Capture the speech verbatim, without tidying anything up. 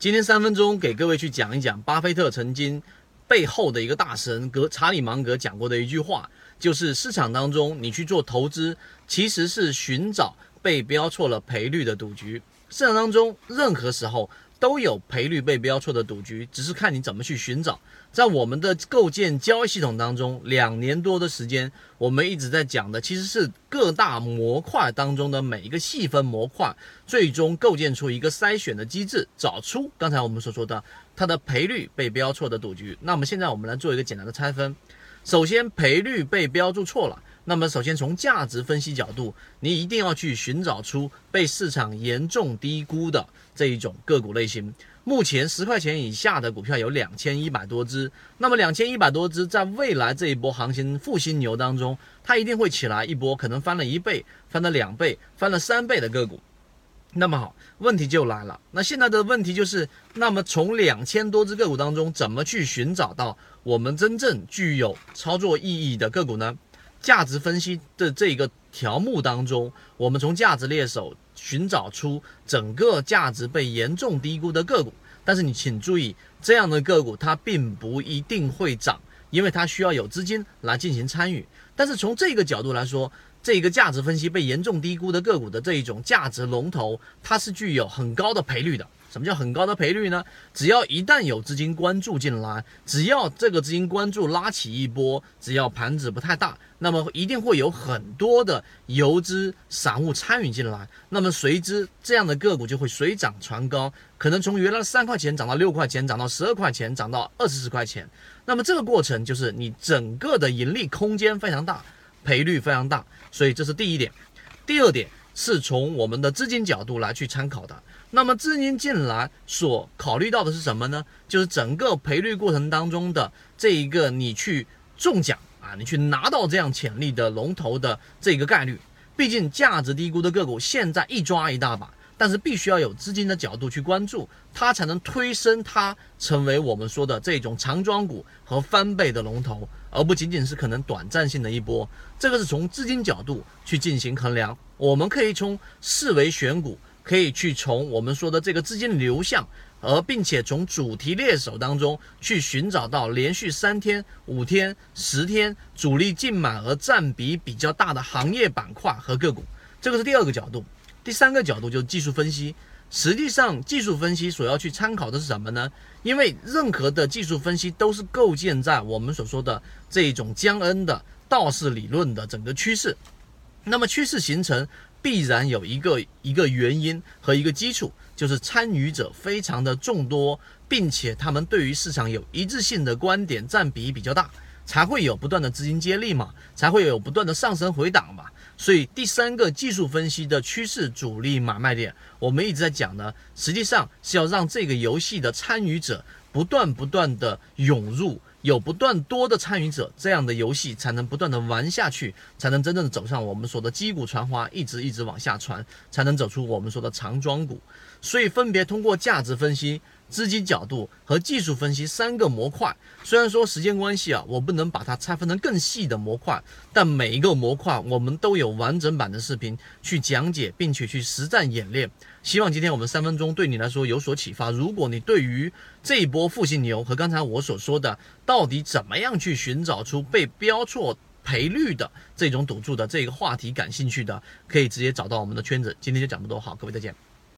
今天三分钟给各位去讲一讲巴菲特曾经背后的一个大神格查理芒格讲过的一句话，就是市场当中你去做投资，其实是寻找被标错了赔率的赌局。市场当中任何时候都有赔率被标错的赌局，只是看你怎么去寻找。在我们的构建交易系统当中，两年多的时间，我们一直在讲的其实是各大模块当中的每一个细分模块，最终构建出一个筛选的机制，找出刚才我们所说的它的赔率被标错的赌局。那么现在我们来做一个简单的拆分。首先，赔率被标注错了，那么首先从价值分析角度，你一定要去寻找出被市场严重低估的这一种个股类型。目前十块钱以下的股票有两千一百多只，那么两千一百多只在未来这一波行情复兴牛当中，它一定会起来一波，可能翻了一倍，翻了两倍，翻了三倍的个股。那么好，问题就来了，那现在的问题就是，那么从两千多只个股当中，怎么去寻找到我们真正具有操作意义的个股呢？价值分析的这个条目当中，我们从价值猎手寻找出整个价值被严重低估的个股，但是你请注意，这样的个股它并不一定会涨，因为它需要有资金来进行参与。但是从这个角度来说，这个价值分析被严重低估的个股的这一种价值龙头，它是具有很高的赔率的。什么叫很高的赔率呢？只要一旦有资金关注进来，只要这个资金关注拉起一波，只要盘子不太大，那么一定会有很多的游资散户参与进来，那么随之这样的个股就会水涨船高，可能从原来三块钱涨到六块钱，涨到十二块钱，涨到二十块钱。那么这个过程就是你整个的盈利空间非常大，赔率非常大，所以这是第一点。第二点是从我们的资金角度来去参考的。那么资金进来所考虑到的是什么呢？就是整个赔率过程当中的这一个你去中奖啊，你去拿到这样潜力的龙头的这个概率。毕竟价值低估的个股现在一抓一大把，但是必须要有资金的角度去关注，它才能推升它成为我们说的这种长庄股和翻倍的龙头，而不仅仅是可能短暂性的一波。这个是从资金角度去进行衡量。我们可以从视为选股，可以去从我们说的这个资金流向，而并且从主题猎手当中去寻找到连续三天、五天、十天主力净买额占比比较大的行业板块和个股。这个是第二个角度。第三个角度就是技术分析。实际上技术分析所要去参考的是什么呢？因为任何的技术分析都是构建在我们所说的这种江恩的道氏理论的整个趋势。那么趋势形成必然有一个一个原因和一个基础，就是参与者非常的众多，并且他们对于市场有一致性的观点占比比较大，才会有不断的资金接力嘛，才会有不断的上升回档嘛。所以第三个技术分析的趋势主力买卖点，我们一直在讲呢，实际上是要让这个游戏的参与者不断不断的涌入，有不断多的参与者，这样的游戏才能不断的玩下去，才能真正的走上我们说的击鼓传花，一直一直往下传，才能走出我们说的长庄股。所以分别通过价值分析、资金角度和技术分析三个模块，虽然说时间关系啊，我不能把它拆分成更细的模块，但每一个模块我们都有完整版的视频去讲解，并且去实战演练。希望今天我们三分钟对你来说有所启发。如果你对于这一波复兴牛和刚才我所说的到底怎么样去寻找出被标错赔率的这种赌注的这个话题感兴趣的，可以直接找到我们的圈子。今天就讲这么多，好，各位再见。